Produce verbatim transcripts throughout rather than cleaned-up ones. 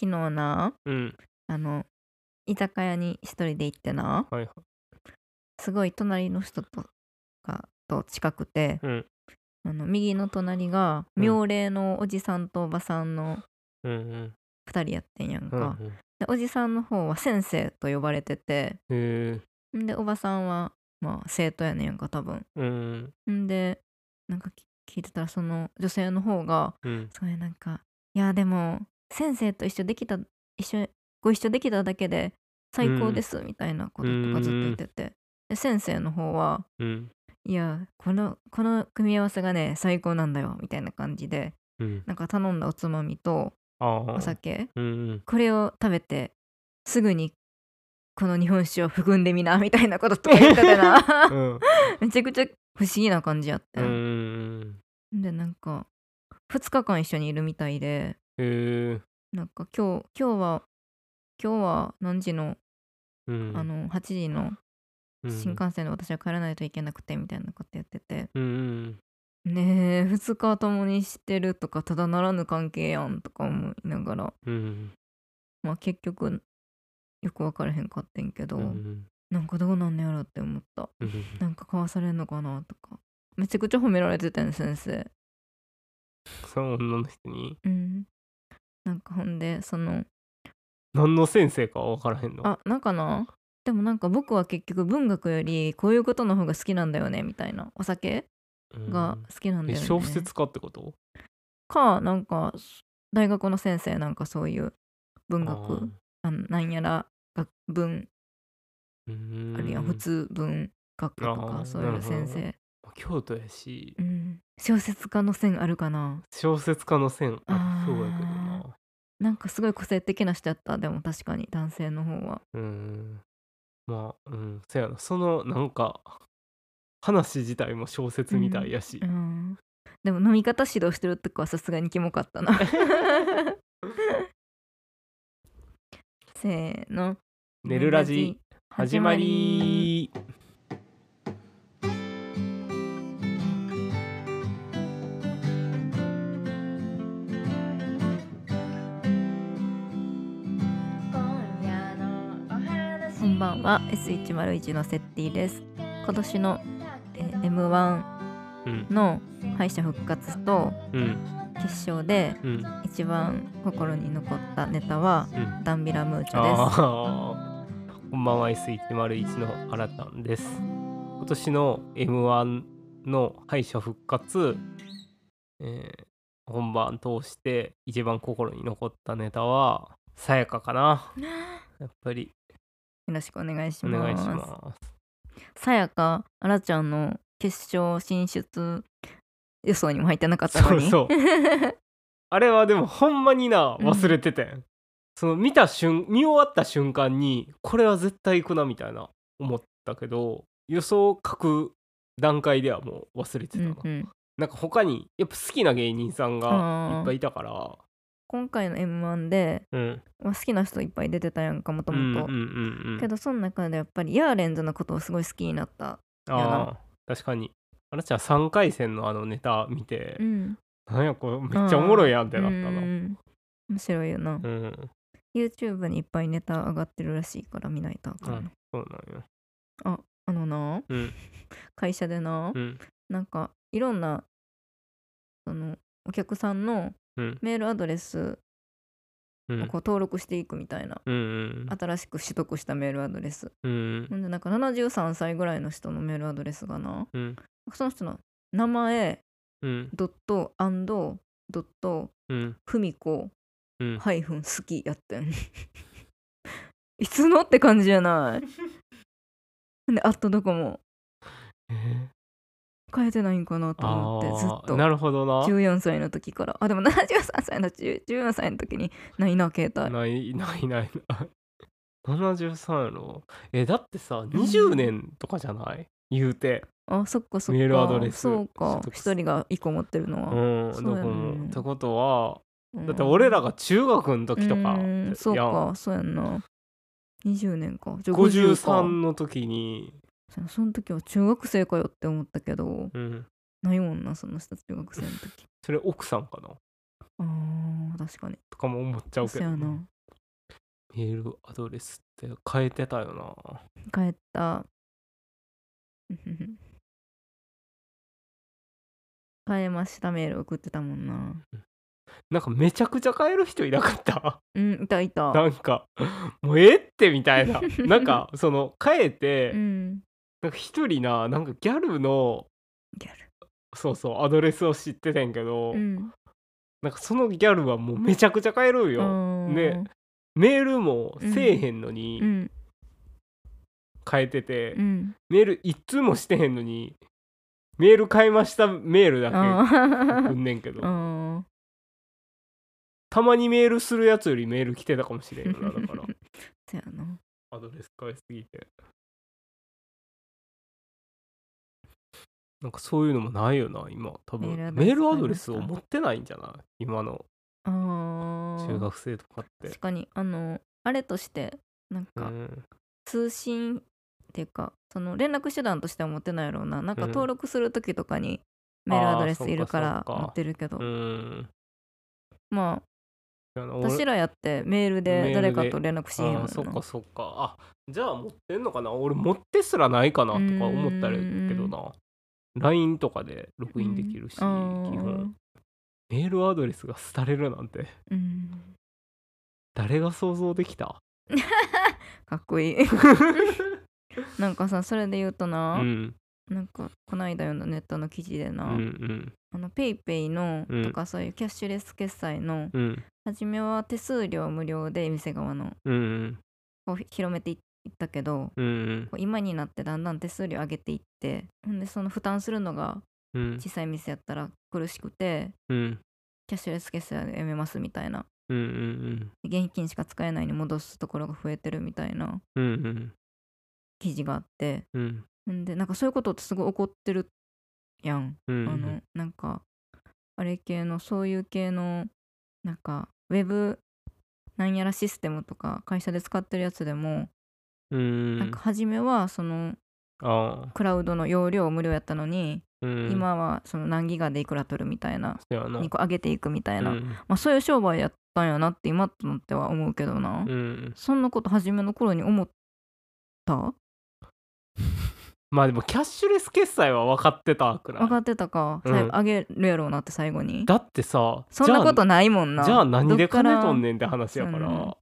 昨日な、 うん。 あの、居酒屋に一人で行ってな、 はいはい。 すごい隣の人とかと近くて、 うん。 あの右の隣がうん。 妙齢のおじさんとおばさんのうんうん。 ふたりやってんやんうんうか。 ん。 でおじさんの方は先生と呼ばれてて、 へえ。 んでおばさんはまあ生徒やねんやんか多分。 うんんでなんかき聞いてたらその女性の方がうん。 すごいなんか「いやでも先生と一緒できた一緒ご一緒できただけで最高です」みたいなこうととかずっと言っん。 てて、で先生の方はうん。 「いやこのこの組み合わせがね最高なんだよ」みたいな感じで、 うん。 なんか頼んだおつまみとああ。 お酒、 うんうん。 これを食べてすぐにこの日本酒を含んでみなみたいなこととか言っててなうん。 めちゃくちゃ不思議な感じやってうんうんん。 うん。 でなんかふつかかん一緒にいるみたいで、 へえ。 なんか今日今日は今日は何時のうん。 あのはちじの新うん。 幹線で私は帰らないといけなくてみたいなこと言ってて、 うんうん。 ねえふつか共にしてるとかただならぬ関係やんとか思いながら、 うん。 まあ結局よく分からへんかってんけど、 うん。 なんかどうなんのやろって思った。 うん。 なんか買わされんのかなとか、めちゃくちゃ褒められてたん先生。 その女の人にうん。なんかほんでその何の先生かは分からへんの？ あなんかな、でもなんか僕は結局文学よりこういうことの方が好きなんだよねみたいな、お酒うがん。 好きなんえ、 だよね小説家ってこと？ か、なんか大学の先生なんかそういう文ああ。 学あのなんやら学文うーあるやん、普ん。 通文学とかああ、 そういうなるほどな。 先生。 ま、京都やし、 うん、小説家の線あるかな。 小説家の線ありそうやけどあな。 ーなんかすごい個性的な人やった。でも確かに男性の方は。 うーん。まあ、うん、そやな。そのなんか、話自体も小説みたいうん、 やし。 うん、でも飲み方指導してるとこはさすがにキモかったなせーの、 ねるラジ始ま始まり。 り。 こんばんは エスいちまるいち のセッティです。今年の、えー、エムワンうんの敗者復活とうん決勝でうん一番心に残ったネタは、 うん。 ダンビラムーチョあです。 あ、こんばんは エスいちまるいち のあらたんです。今年の エムワン の敗者復活、えー本番通して一番心に残ったネタはさやかかな。やっぱりよろしくお願いしお願いします。 ます。 さやかあらちゃんの決勝進出予想にも入ってなかったのにそうそうあれはでもほんまになうん忘れててん、その見た瞬見終わった瞬間にこれは絶対行くなみたいな思ったけど、予想書く段階ではもう忘れてたな。 うんうんなんか他にやっぱ好きな芸人さんがいっぱいいたから、 今回の エムワン で、 うんまあ、好きな人いっぱい出てたやんかもともと。 うんうんうんうん。 けどその中でやっぱりヤーレンズのことをすごい好きになったよな。 ああ確かに。あらちゃんさんかい戦のあのネタ見て、 うん。 なんやこれめっちゃおもろいやんってなったな。 うん。面白いよな。 うん。 YouTube にいっぱいネタ上がってるらしいから見ないとあかんな。 うん、そうなんよ。 あ、あのな、 うん。 会社でな、 うん。 なんかいろんなそのお客さんのうん。 メールアドレスうん。 をこう登録していくみたいな、 うんうん新しく取得したメールアドレス。 うんほんでなんかななじゅうさんさいぐらいの人のメールアドレスがな、 うんその人の名前うんドットアンドドットうんふみこうんハイフン好きやってんいつのって感じじゃないで、あったどこもえー変えてないんかなと思ってずっとあーなるほどな。 じゅうよんさいの時から、あでもななじゅうさんさいのじゅうよんさいの時にないな携帯。 ないないないないななじゅうさんやろ。えだってさにじゅうねんとかじゃない、言うてあそっかそっメールアドか、 レスそうか取得一人が一個持ってるのは、 うんそうやだからもうねってことはうんだって俺らが中学の時とかうんそうやん、 かそうやんな、にじゅうねんか、じゃあごじゅうごじゅうか。 さんの時に、 そその時は中学生かよって思ったけど、 うん、 ないもんなその人中学生の時。 それ奥さんかな。 あー確かにとかも思っちゃうけど、 そうやな。 メールアドレスって変えてたよな。 帰った変えましたメール送ってたもんな。 なんかめちゃくちゃ変える人いなかったうんいたいた。 なんかもうええってみたいななんかその変えて、 うんなんか一人ななんかギャルのギャルそうそうアドレスを知っててんけど、 うんなんかそのギャルはもうめちゃくちゃ変えるんよ。でメールもせえへんのにうん変えてて、 うんメール一通もしてへんのにメール変えましたメールだけあ送んねんけどーたまにメールするやつよりメール来てたかもしれんよな。だからそやな。 アドレス変えすぎてなんかそういうのもないよな今多分。 メールアドレスメールアドレスを持ってないんじゃない今のあー中学生とかって。 確かにあのあれとしてなんかうん通信っていうかその連絡手段としては持ってないやろうな。なんか登録する時とかにメールアドレスいるからあーそうかそうか持ってるけど、 うんまあいやな私らやってメールで誰かと連絡しへんよあーそっな。 かそっか。あじゃあ持ってんのかな。俺持ってすらないかなとか思ったけどな。 ライン とかでログインできるし、基本メールアドレスが廃れるなんてうん誰が想像できたかっこいいなんかさそれで言うとな、 うんなんかこないだ読んだネットの記事でな、 うんうんあのペイペイの、 うんとかそういうキャッシュレス決済の、 うん初めは手数料無料で店側のうんこう広めていったけど、 うんうんこう今になってだんだん手数料上げていって、ほんでその負担するのがうん小さい店やったら苦しくて、 うんキャッシュレス決済でやめますみたいな、 うんうん現金しか使えないに戻すところが増えてるみたいなうんうん記事があって、 うんんでなんかそういうことってすごい起こってるやん、 うんあのなんかあれ系のそういう系のなんかウェブなんやらシステムとか会社で使ってるやつでも、 うんなんか初めはそのあクラウドの容量無料やったのに、 うん今はその何ギガでいくら取るみたいなそうやなにこう上げていくみたいな、 うんまあそういう商売やったんやなって今となっては思うけどな、 うんそんなこと初めの頃に思ったまあでもキャッシュレス決済は分かってたくない分かってたか、 うん最後上げるやろうなって最後に。 だってさそんなことないもんな。 じゃあじゃあ何で金とんんねんって話やからそうやな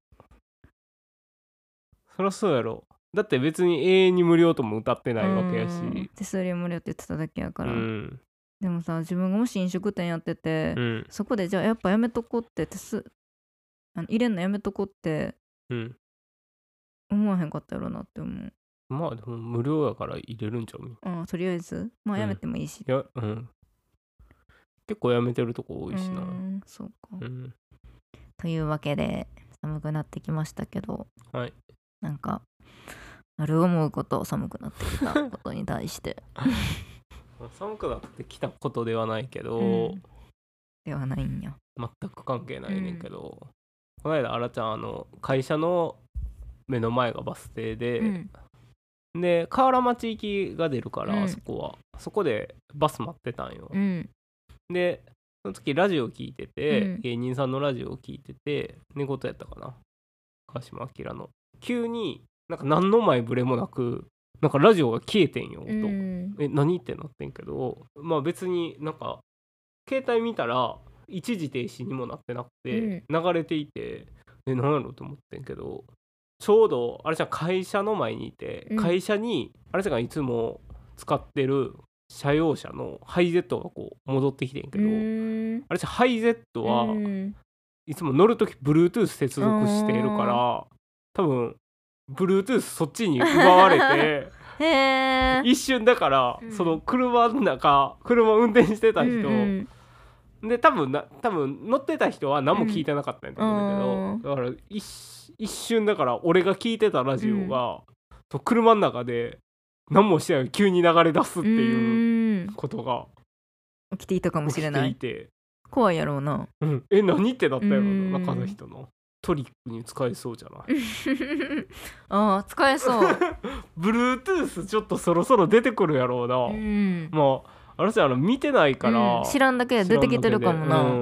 そりゃそうやろ。だって別に永遠に無料とも歌ってないわけやし。 手数料無料って言ってただけやかうら、 んでもさ自分がもし飲食店やってて、 うんそこでじゃあやっぱやめとこうって手数あの入れんのやめとこうってうん思わへんかったやろなって思う。 まあでも無料やから入れるんちゃういあとりあえずまあやめてもいいし、 やうん結構やめてるとこ多いしな。 うーんそうか、 うんというわけで寒くなってきましたけど、 はいなんかある思うこと寒くなってきたことに対して寒くなってきたことではないけど、 うんではないんや。 全く関係ないねんけど、この間あらちゃんあの会社の目の前がバス停で、 うんで河原町行きが出るから、 うんそこはそこでバス待ってたんよ、 うんでその時ラジオ聞いてて、 うん芸人さんのラジオを聞いてて寝言やったかな川島明の急になんか何の前触れもなくなんかラジオが消えてんよ、音うんえ何ってなってんけどまあ別になんか携帯見たら一時停止にもなってなくて、流れていてえ何やろうと思ってんけどちょうどあれじゃん会社の前にいて、 うん会社にあれじゃんいつも使ってる車用車のハイゼットがこう戻ってきてんけど、 うんあれじゃんハイゼットはうんいつも乗るとき Bluetooth 接続しているから多分 Bluetooth そっちに奪われてへー一瞬だから、 うんその車の中車運転してた人、 うんで多分な多分乗ってた人は何も聞いてなかったんやと思うんだけど、だから一一瞬だから俺が聞いてたラジオが、そう車の中で何もしてないのに急に流れ出すっていううんことが起きていたかも起きしれないていて、 怖いやろうなうん、え何ってなったやろうんな中の人のトリックに使えそうじゃないああ使えそう Bluetooth ちょっとそろそろ出てくるやろうな、 うんまああれさあの見てないから、 うん知らんだけで出てきてるかもな、 知らんだけで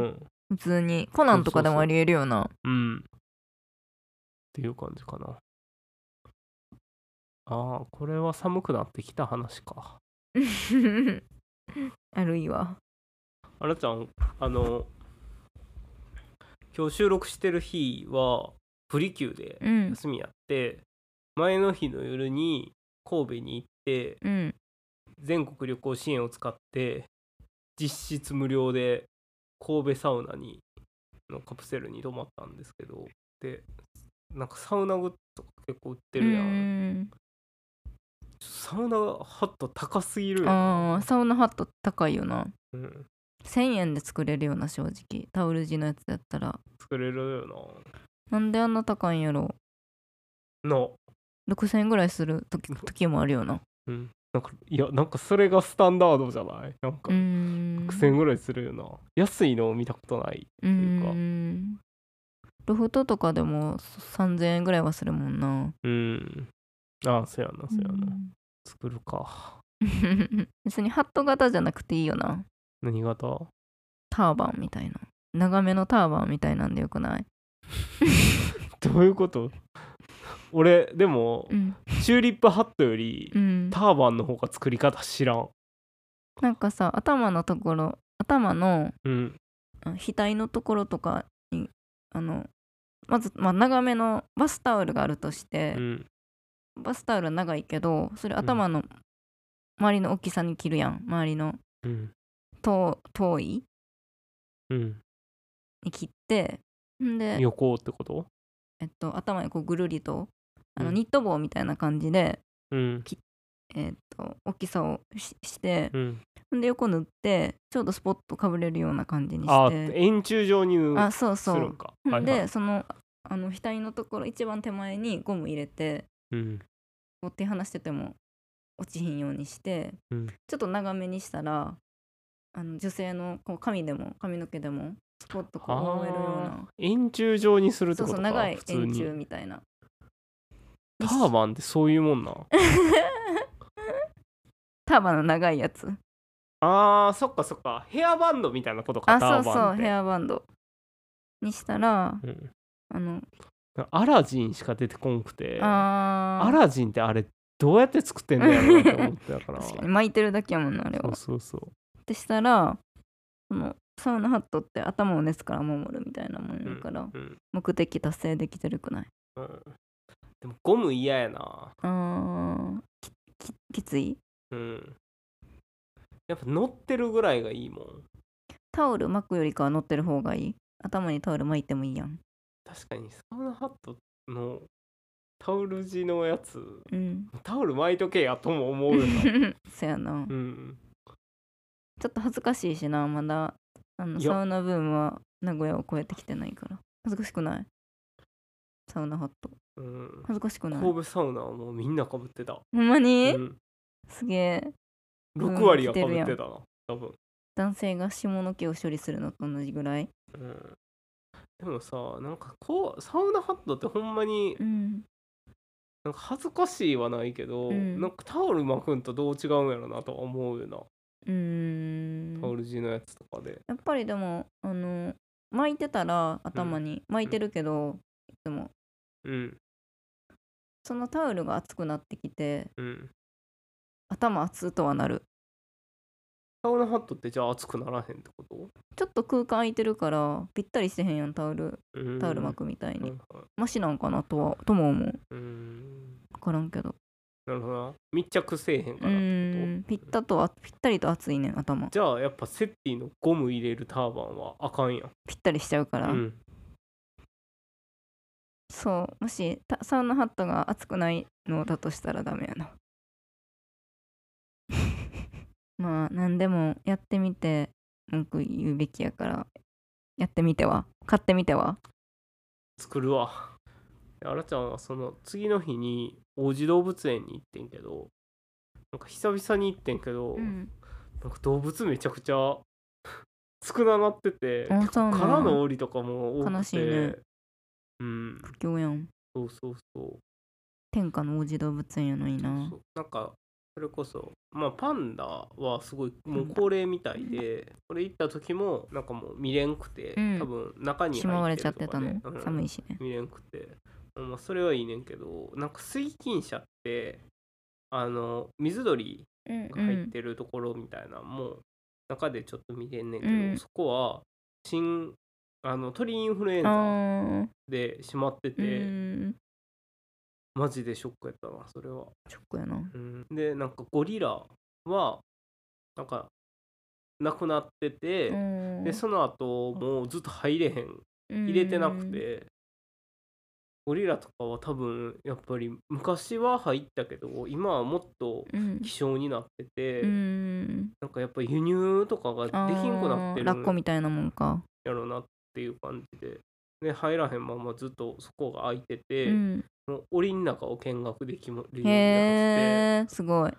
普通にコナンとかでもありえるよな。 うんっていう感じかな。ああ、これは寒くなってきた話か。 あるいはあらちゃん、あの今日収録してる日はプリキューでうん休みやって、前の日の夜に神戸に行ってうん全国旅行支援を使って実質無料で神戸サウナにのカプセルに泊まったんですけど、でなんかサウナグッズとか結構売ってうるやん。 んサウナハット高すぎるよあな。 ーサウナハット高いよな。 うんせんえんで作れるような、正直タオル地のやつだったら。 作れるよなんであんな高いんやろ。 な。のろくせんえんぐらいする時時もあるよな。 うんなんかいやなんかそれがスタンダードじゃない？なんかうーんろくせんぐらいするよな。安いのを見たことない。 うーんロフトとかでもさんぜんえんぐらいはするもんな。 うんああそうやなそうやな。 うん作るか。 別にハット型じゃなくていいよな。 何型？ ターバンみたいな、長めのターバンみたいなんでよくない？ どういうこと？俺でも、 うんチューリップハットよりうんターバンの方が作り方知らん。 なんかさ、頭のところ、頭のうんあ額のところとかに、あのまず、まあ、長めのバスタオルがあるとしうて、 んバスタオルは長いけど、それ頭の周りの大きさに切るやん。周りのうん遠遠いうんに切って、んで、 横ってこと？ えっと、頭にこうぐるりとあのうんニット帽みたいな感じで、 うんえっと、大きさをしして、 うんんで横塗ってちょうどスポッとかぶれるような感じにあして、 円柱状にあそうすそうるんか。 ほんで、 はいはい。 そのあの額のところ一番手前にゴム入れて、 うんこう手離してても落ちひんようにして、 うんちょっと長めにしたら、あの女性のこう髪でも髪の毛でもスポッとこう覆えるようあな、 ー円柱状にするってそうことか。 そう長い普通円柱にみたいな。 ターバンってそういうもんな。 ターバンの長いやつ。 あーそっかそっか、ヘアバンドみたいなことか。 あそうターバンってそうヘアバンドにしたら、 うんあのアラジンしか出てこんくて、アあーラジンってあれどうやって作ってんのやろうなと思ってたから確かに巻いてるだけやもんな、あれは。 そうそうそうってしたら、そのサウナハットって頭を熱から守るみたいなもんやから、 うんうん目的達成できてるくない？ うんでもゴム嫌やな。 あーきききつい。 うんやっぱ乗ってるぐらいがいいもん。 タオル巻くよりかは乗ってる方がいい。頭にタオル巻いてもいいやん。 確かにサウナハットのタオル地のやつ、 うんタオル巻いとけやとも思うよな。 そやな、 うんちょっと恥ずかしいしな、まだあのいやサウナブームは名古屋を越えてきてないから恥ずかしくない？サウナハットうん恥ずかしくない？ 神戸サウナはもうみんなかぶってた。 ほんまに、 うんすげえ。 ろく割がかぶうん来てるやんってたな多分。 男性が下の毛を処理するのと同じぐらい。 うんでもさ、なんかこうサウナハットってほんまにうんなんか恥ずかしいはないけど、 うんなんかタオル巻くんとどう違うんやろなとは思うよな。 うーんタオル地のやつとかで。 やっぱりでもあの巻いてたら頭に、巻いてるけどいつもうんそのタオルが熱くなってきてうん。 頭熱とはなる。 サウナハットってじゃあ熱くならへんってこと？ ちょっと空間空いてるからぴったりしてへんやん、タオルうんタオル巻くみたいに、 はいはいマシなんかなとはとも思う。 うん分からんけどなるほどな。密着せえへんかうらってこーんぴったとはぴったりと熱いねん頭。 と？じゃあやっぱセッティのゴム入れるターバンはあかんやん。 ぴったりしちゃうから、 うんそうもしサウナハットが熱くないのだとしたらダメやな。まあ何でもやってみて文句言うべきやからやってみては買ってみては。 作るわ。あらちゃんはその次の日に王子動物園に行ってんけど、なんか久々に行ってんけど、 うんなんか動物めちゃくちゃ少ななってて、 あそうなん空の檻とかも多くて、 悲しいねうん不況やん。 そうそうそう天下の王子動物園やのにな。 そうなんかそれこそまあパンダはすごいもう高齢みたいで、これ行った時もなんかもう見れんくて、 うん多分中にしまわ入ってれちゃってたるとかで、 の、 うん、 寒いしね。 見れんくて、まあ、それはいいねんけど、なんか水禽舎ってあの水鳥うんが入ってるところみたいなのも中でちょっと見れんねんけど、 うんそこは新あの鳥インフルエンザあーで閉まってうて、 んマジでショックやったなそれは。 ショックやな。 うん、でなんかゴリラはなんか亡くなってて、 うんでその後もうずっと入れへん入れてなくて、ゴリラとかは多分やっぱり昔は入ったけど今はもっとうん希少になってて、 うんなんかやっぱ輸入とかができんくなってあーラッコるんみたいなもんか。 やろなっていう感じで、で入らへんままずっとそこが空いてうて、 んもう檻の中を見学できるようになって、 へえすごい。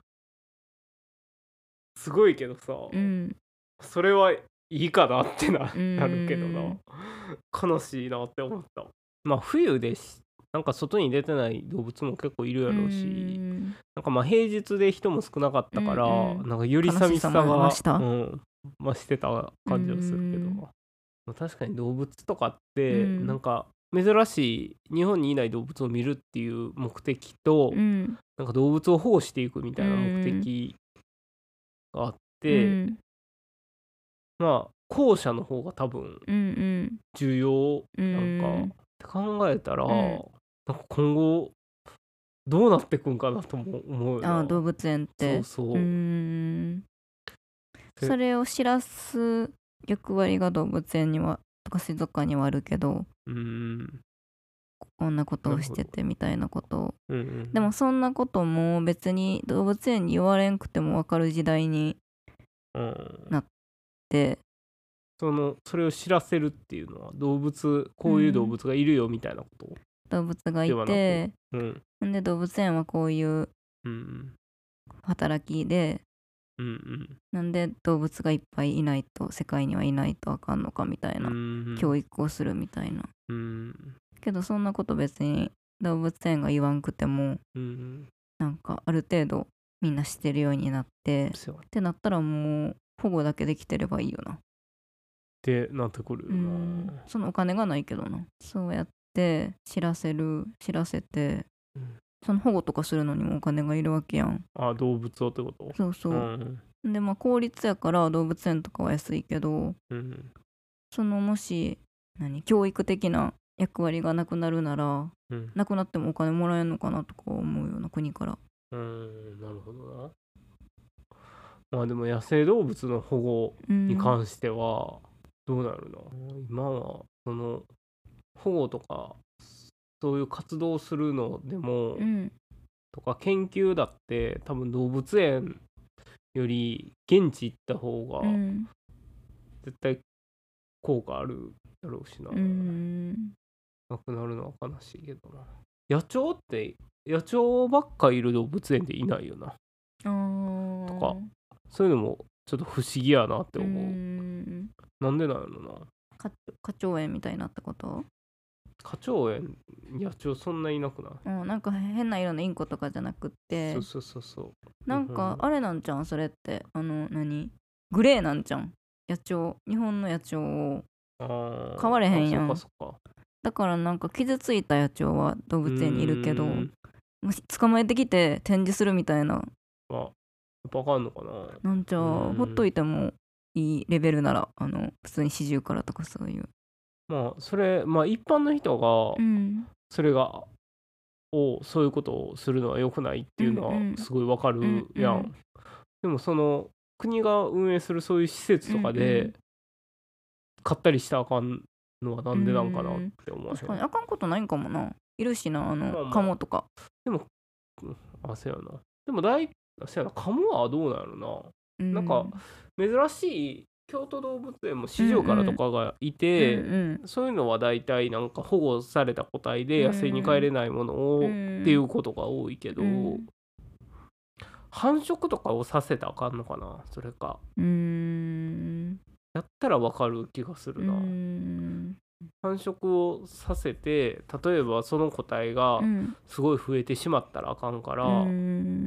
すごいけどさ、 うんそれはいいかなってな、 うんなるけどな、悲しいなって思った。まあ冬でしなんか外に出てない動物も結構いるやろうし、 うんなんかまあ平日で人も少なかったから、 うんうんなんかより寂しさが悲しさも増したうん、増してた感じはするけど、 うんまあ確かに動物とかって、 うんなんか珍しい日本にいない動物を見るっていう目的と、 うんなんか動物を保護していくみたいな目的があって、 うんまあ後者の方が多分うんうん重要うなんか、 んって考えたら、 んなんか今後どうなってくんかなとも思うよな。 あー動物園ってそうそう、 うーんでそれを知らす役割が動物園にはとか水族館にはあるけど、 うーんこんなことをしててみたいなことを、 うんうん、 でもそんなことも別に動物園に言われんくても分かる時代にうんなってそのそれを知らせるっていうのは動物こういう動物がいるよみたいなこと、 動物がいではなくてうんんで動物園はこういううん働きでうんうんなんで動物がいっぱいいないと世界にはいないとあかんのかみたいなうん教育をするみたいな、 うんけどそんなこと別に動物園が言わんくてもうんなんかある程度みんな知ってるようになってそうっってなったらもう保護だけできてればいいよな。 てなってくるような。 んそのお金がないけどな。そうやって知らせる知らせてうんその保護とかするのにもお金がいるわけやん。 あ動物をってことそうそう、 んでまあ公立やから動物園とかは安いけどうんそのもし何教育的な役割がなくなるならうんなくなってもお金もらえるのかなとか思うような国から。 うんなるほどな。まあでも野生動物の保護うんに関してはどうなるの、今はその保護とかそういう活動するのでも、 うんとか研究だって多分動物園より現地行った方がうん絶対効果あるだろうしな、 うんなくなるのは悲しいけどな。野鳥って野鳥ばっかいる動物園でいないよな。 あーとかそういうのもちょっと不思議やなって思う。 うんなんでなんやろな。 花花鳥園みたいなってこと？ 花鳥園野鳥そんないなくない？ うん、なんか変な色のインコとかじゃなくってそうそうそうそう。 なんかうんあれなんちゃうんそれってあの何グレーなんちゃうん野鳥日本の野鳥をあー飼われへんやんあそっかそっか。 だからなんか傷ついた野鳥は動物園にいるけどうーんもし捕まえてきて展示するみたいなあやっぱあかんのかな。 なんちゃうんほっといてもいいレベルならあの普通にシジュウカラとかそういうまあそれまあ一般の人がうんそれがをそういうことをするのは良くないっていうのはうんうんすごいわかるやん、 うんうんでもその国が運営するそういう施設とかうんうでん買ったりしたらあかんのはなんでなんかなって思わへん。 確かにあかんことないんかもないるしなあの、 まあまあカモとかでもうんあそうやな。でも大そうやなカモはどうなのな。 ななんか珍しい京都動物園もシジュウカラとかがいて、 うんうんそういうのは大体なんか保護された個体で野生に帰れないものを、 うんっていうことが多いけど、 うん繁殖とかをさせたらあかんのかな。それかうーんやったらわかる気がすうるな、 ん繁殖をさせて例えばその個体がうんすごい増えてしまったらあかんから、 うん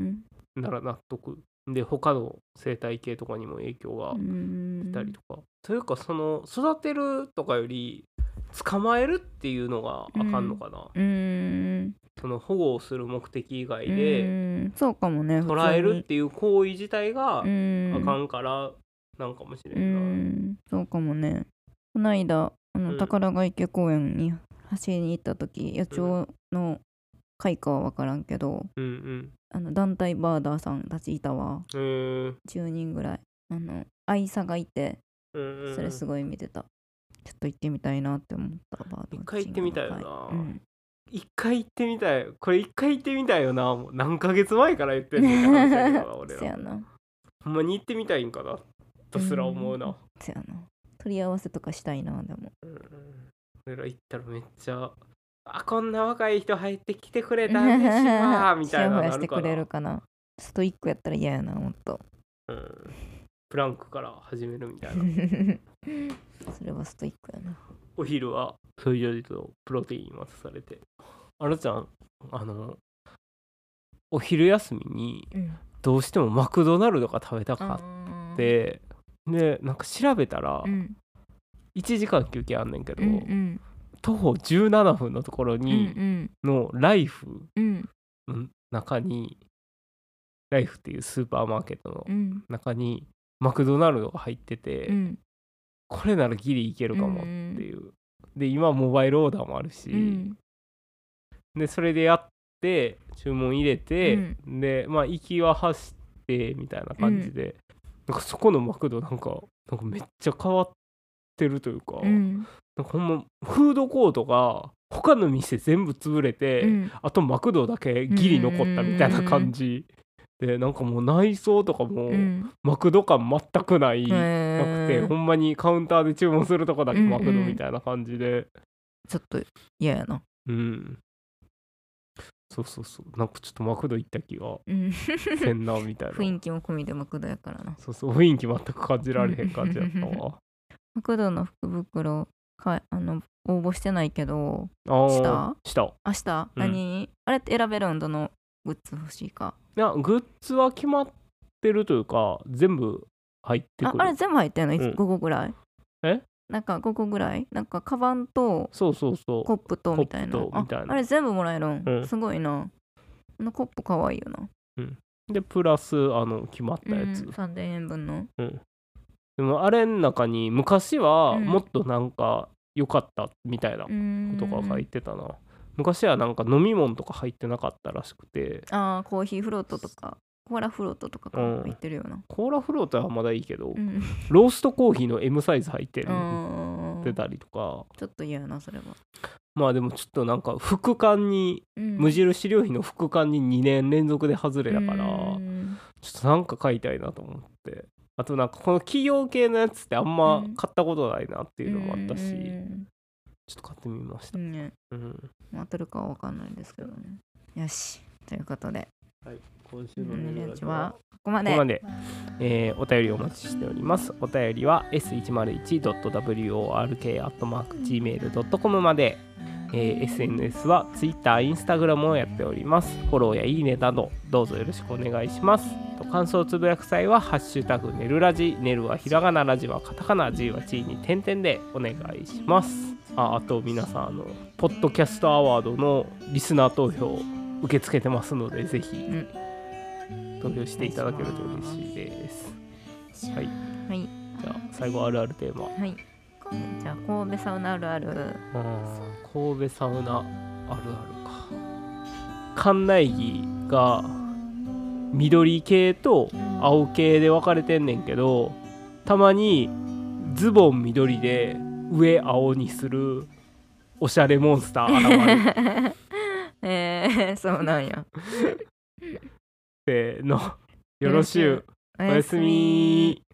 なら納得で、他の生態系とかにも影響が出たりとか、というかその育てるとかより捕まえるっていうのがあかんのかな、 うーんその保護をする目的以外うでーんそうかもね。 捕らえるっていう行為自体があ普通にかんからなんかもしれうーんな。 んそうかもね。この間あのうん宝ヶ池公園に走りに行った時、野鳥の会かは分からんけど、 うんうんあの団体バーダーさんたちいたわ。 へーじゅうにんぐらい。あの愛さがいて、 うんうんそれすごい見てた。ちょっと行ってみたいなって思ったバードウォッチングの会。 一回行ってみたいよなうん一回行ってみたい。これ一回行ってみたいよな。もう何ヶ月前から言ってんねんって話やけどな俺ら。 せやな。 ほんまに行ってみたいんかなとすら思うな。 せやな。取り合わせとかしたいな、でも。 うんうん俺ら行ったらめっちゃあこんな若い人入ってきてくれたんですわみたいなのシェアなるかな。 してくれるかな。ストイックやったら嫌やな、もっと。 うんプランクから始めるみたいな。 それはストイックやな。 お昼はソイジャジとプロテイン渡されて、あらちゃんあのお昼休みにうんどうしてもマクドナルドが食べたかあーってでなんか調べたらうんいちじかん休憩あんねんけど、 うんうん徒歩じゅうななふんのところうんうにんのライフうんの中にライフっていうスーパーマーケットのうん中にマクドナルドが入ってて、 うんこれならギリいけるかもっていう、で今モバイルオーダーもあるし、 うんでそれでやって注文入れて、でまあ行きは走ってみたいな感じで、なんかそこのマクドなんかなんかめっちゃ変わってるというか、 うんなんかほんまフードコートが他の店全部潰れて、 うんあとマクドだけギリ残ったみたいな感じで、なんかもう内装とかもうんマクド感全くない、 へなーくてほんまにカウンターで注文するとこだけマクドみたいな感じで、 ちょっと嫌やな。 うんそうそうそうなんかちょっとマクド行った気がうんせんなみたいな雰囲気も込みでマクドやからな。 そうそう雰囲気全く感じられへん感じだったわマクドの福袋かあの応募してないけど、 あーしたした明日、 うん何あれって選べるん？どのグッズ欲しいか。 いやグッズは決まってるというか全部入ってくる。 ああれ全部入ってんの、 うんごこぐらい？ えなんかごこぐらいなんかカバンとそうそうそうコップとみたいな。 コップとみたいなああれ全部もらえるん、 うんすごいな。あのコップかわいいよな。 でプラスあの決まったやつ、 うん、さんぜんえんぶんの。 でもあれの中に昔はうんもっとなんか良かったみたいなこうんとが書いてたな、昔はなんか飲み物とか入ってなかったらしくて、 ああコーヒーフロートとかコーラフロートとかがうん入ってるような。 コーラフロートはまだいいけど、 うんローストコーヒーの エム サイズ入ってるあー出たりとか、 ちょっと嫌やなそれは。 まあでもちょっとなんか副刊に、 うん無印良品の副刊ににねん連続で外れだから、 うんちょっとなんか買いたいなと思って、あとなんかこの企業系のやつってあんま買ったことないなっていうのもあったし、 うんちょっと買ってみました、 うんね、 うん当たるかは分かんないですけどね。よしということではい、今週のうんメールレンジはここまで。 ここまで、えーお便りお待ちしております。お便りは エスいちまるいちドットダブリューオーアールケーアットマークジーメールドットコム まで、えーエスエヌエス は Twitter、Instagram をやっております。フォローやいいねなどどうぞよろしくお願いします。と感想をつぶやく際はハッシュタグネルラジ、ネルはひらがな、ラジはカタカナ、G はチーに点々でお願いします。ああと皆さんあのポッドキャストアワードのリスナー投票受け付けてますので、ぜひうん投票していただけると嬉しいです。はい、 はいじゃあ最後あるあるテーマ。 はい。じゃあ神戸サウナあるある。 あー神戸サウナあるあるか。館内着が緑系と青系で分かれてんねんけど、たまにズボン緑で上青にするおしゃれモンスター現れるえー、そうなんや。 せーのよろしゅうおやすみ。